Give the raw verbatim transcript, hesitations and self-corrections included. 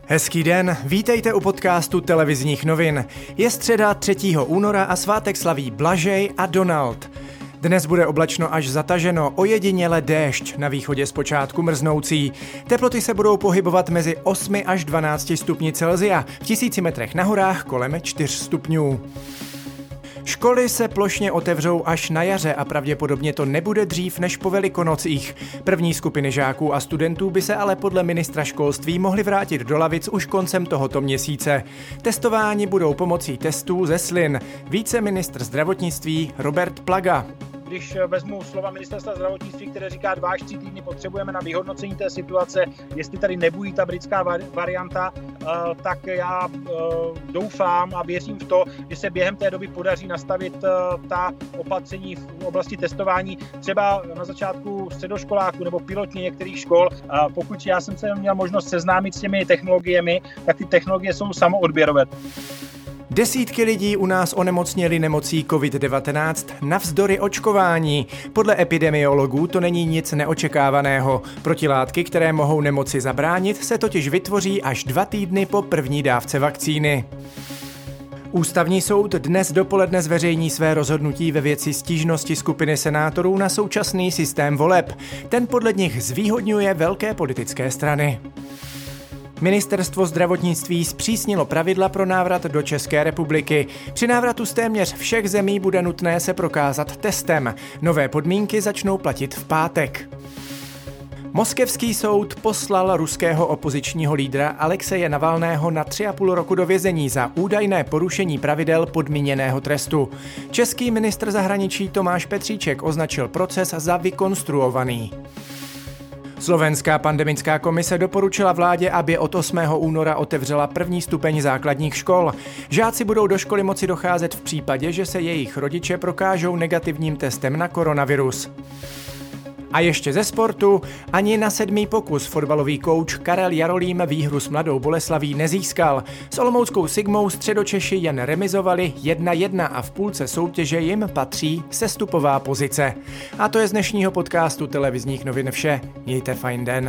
Hezký den, vítejte u podcastu televizních novin. Je středa třetího února a svátek slaví Blažej a Donald. Dnes bude oblačno až zataženo, ojediněle déšť, na východě zpočátku mrznoucí. Teploty se budou pohybovat mezi osmi až dvanácti stupni Celsia, v tisíci metrech na horách kolem čtyř stupňů. Školy se plošně otevřou až na jaře a pravděpodobně to nebude dřív než po Velikonocích. První skupiny žáků a studentů by se ale podle ministra školství mohly vrátit do lavic už koncem tohoto měsíce. Testováni budou pomocí testů ze slin. Více ministr zdravotnictví Robert Plaga. Když vezmu slova ministerstva zdravotnictví, které říká dva až tři týdny potřebujeme na vyhodnocení té situace, jestli tady nebude ta britská varianta, tak já doufám a věřím v to, že se během té doby podaří nastavit ta opatření v oblasti testování třeba na začátku středoškoláků nebo pilotně některých škol. Pokud já jsem se měl možnost seznámit s těmi technologiemi, tak ty technologie jsou samoodběrové. Desítky lidí u nás onemocněli nemocí covid devatenáct navzdory očkování. Podle epidemiologů to není nic neočekávaného. Protilátky, které mohou nemoci zabránit, se totiž vytvoří až dva týdny po první dávce vakcíny. Ústavní soud dnes dopoledne zveřejní své rozhodnutí ve věci stížnosti skupiny senátorů na současný systém voleb. Ten podle nich zvýhodňuje velké politické strany. Ministerstvo zdravotnictví zpřísnilo pravidla pro návrat do České republiky. Při návratu z téměř všech zemí bude nutné se prokázat testem. Nové podmínky začnou platit v pátek. Moskevský soud poslal ruského opozičního lídra Alexeje Navalného na tři a půl roku do vězení za údajné porušení pravidel podmíněného trestu. Český ministr zahraničí Tomáš Petříček označil proces za vykonstruovaný. Slovenská pandemická komise doporučila vládě, aby od osmého února otevřela první stupeň základních škol. Žáci budou do školy moci docházet v případě, že se jejich rodiče prokážou negativním testem na koronavirus. A ještě ze sportu, ani na sedmý pokus fotbalový kouč Karel Jarolím výhru s Mladou Boleslaví nezískal. S olomouckou Sigmou Středočeši jen remizovali jedna jedna a v půlce soutěže jim patří sestupová pozice. A to je z dnešního podcastu televizních novin vše. Mějte fajn den.